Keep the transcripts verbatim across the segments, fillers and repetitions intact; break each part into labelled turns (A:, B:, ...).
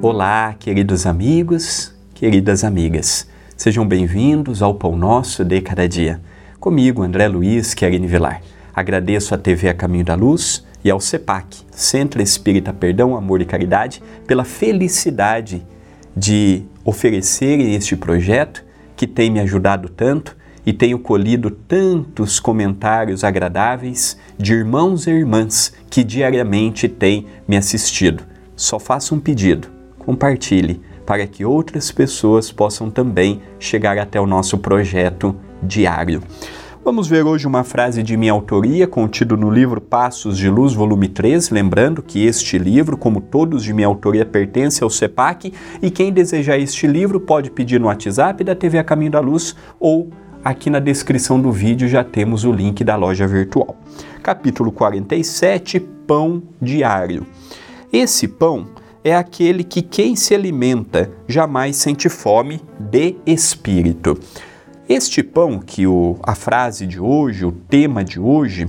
A: Olá, queridos amigos, queridas amigas. Sejam bem-vindos ao Pão Nosso de Cada Dia. Comigo, André Luiz Querini Vilar. Agradeço à T V A Caminho da Luz e ao CEPAC, Centro Espírita Perdão, Amor e Caridade, pela felicidade de oferecerem este projeto que tem me ajudado tanto e tenho colhido tantos comentários agradáveis de irmãos e irmãs que diariamente têm me assistido. Só faço um pedido: compartilhe para que outras pessoas possam também chegar até o nosso projeto diário. Vamos ver hoje uma frase de minha autoria, contido no livro Passos de Luz, volume três, lembrando que este livro, como todos de minha autoria, pertence ao CEPAC, e quem desejar este livro pode pedir no WhatsApp da T V A Caminho da Luz ou aqui na descrição do vídeo já temos o link da loja virtual. Capítulo quarenta e sete, Pão Diário. Esse pão é aquele que quem se alimenta jamais sente fome de espírito. Este pão que o, a frase de hoje, o tema de hoje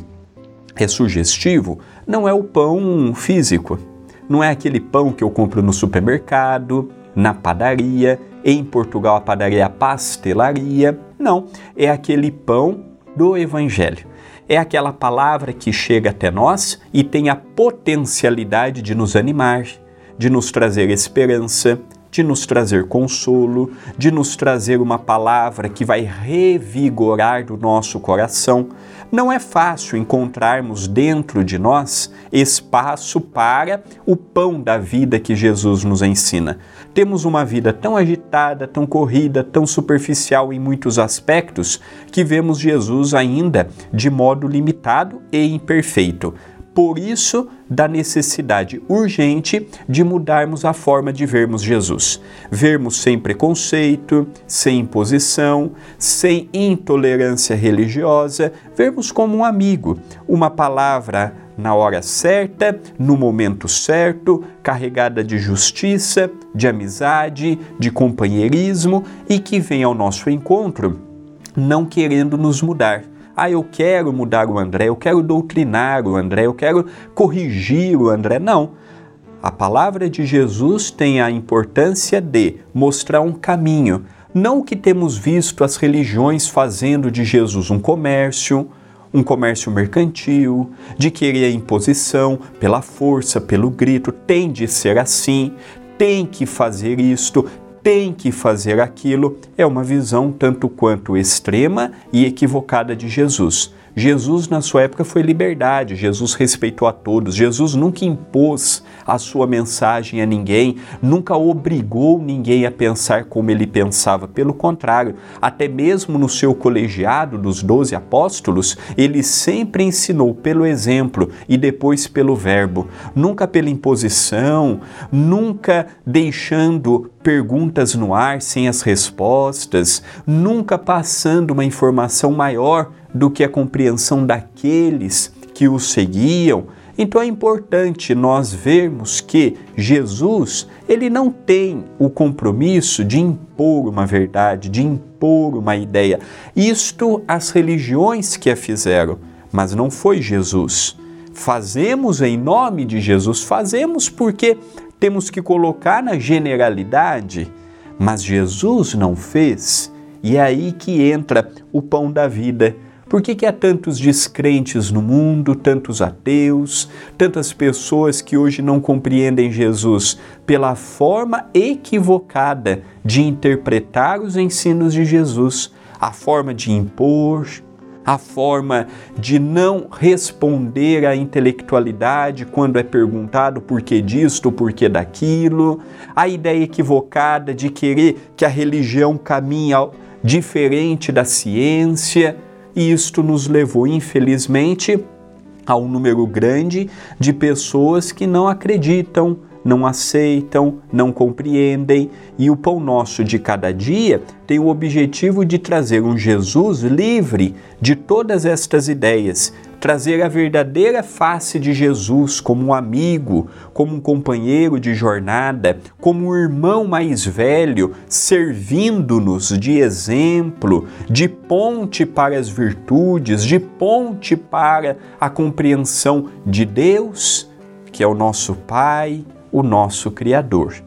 A: é sugestivo, não é o pão físico. Não é aquele pão que eu compro no supermercado, na padaria, em Portugal a padaria é a pastelaria. Não, é aquele pão do Evangelho. É aquela palavra que chega até nós e tem a potencialidade de nos animar, de nos trazer esperança, de nos trazer consolo, de nos trazer uma palavra que vai revigorar o nosso coração. Não é fácil encontrarmos dentro de nós espaço para o pão da vida que Jesus nos ensina. Temos uma vida tão agitada, tão corrida, tão superficial em muitos aspectos, que vemos Jesus ainda de modo limitado e imperfeito. Por isso, da necessidade urgente de mudarmos a forma de vermos Jesus. Vermos sem preconceito, sem imposição, sem intolerância religiosa, vermos como um amigo, uma palavra na hora certa, no momento certo, carregada de justiça, de amizade, de companheirismo e que vem ao nosso encontro não querendo nos mudar. Ah, eu quero mudar o André, eu quero doutrinar o André, eu quero corrigir o André. Não. A palavra de Jesus tem a importância de mostrar um caminho. Não o que temos visto as religiões fazendo de Jesus um comércio, um comércio mercantil, de querer a imposição pela força, pelo grito. Tem de ser assim, tem que fazer isto, tem que fazer aquilo. É uma visão tanto quanto extrema e equivocada de Jesus. Jesus, na sua época, foi liberdade, Jesus respeitou a todos, Jesus nunca impôs a sua mensagem a ninguém, nunca obrigou ninguém a pensar como ele pensava. Pelo contrário, até mesmo no seu colegiado dos doze apóstolos, ele sempre ensinou pelo exemplo e depois pelo verbo, nunca pela imposição, nunca deixando perguntas no ar sem as respostas, nunca passando uma informação maior do que a compreensão daqueles que o seguiam. Então é importante nós vermos que Jesus, ele não tem o compromisso de impor uma verdade, de impor uma ideia. Isto as religiões que a fizeram, mas não foi Jesus. Fazemos em nome de Jesus, fazemos porque temos que colocar na generalidade, mas Jesus não fez. E é aí que entra o pão da vida. Por que que há tantos descrentes no mundo, tantos ateus, tantas pessoas que hoje não compreendem Jesus? Pela forma equivocada de interpretar os ensinos de Jesus, a forma de impor, a forma de não responder à intelectualidade quando é perguntado por que disto, por que daquilo, a ideia equivocada de querer que a religião caminhe diferente da ciência. E isto nos levou, infelizmente, a um número grande de pessoas que não acreditam, não aceitam, não compreendem. E o Pão Nosso de Cada Dia tem o objetivo de trazer um Jesus livre de todas estas ideias, trazer a verdadeira face de Jesus como um amigo, como um companheiro de jornada, como um irmão mais velho, servindo-nos de exemplo, de ponte para as virtudes, de ponte para a compreensão de Deus, que é o nosso Pai, o nosso Criador.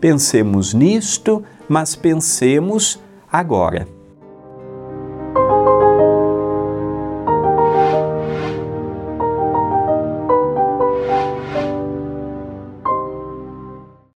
A: Pensemos nisto, mas pensemos agora.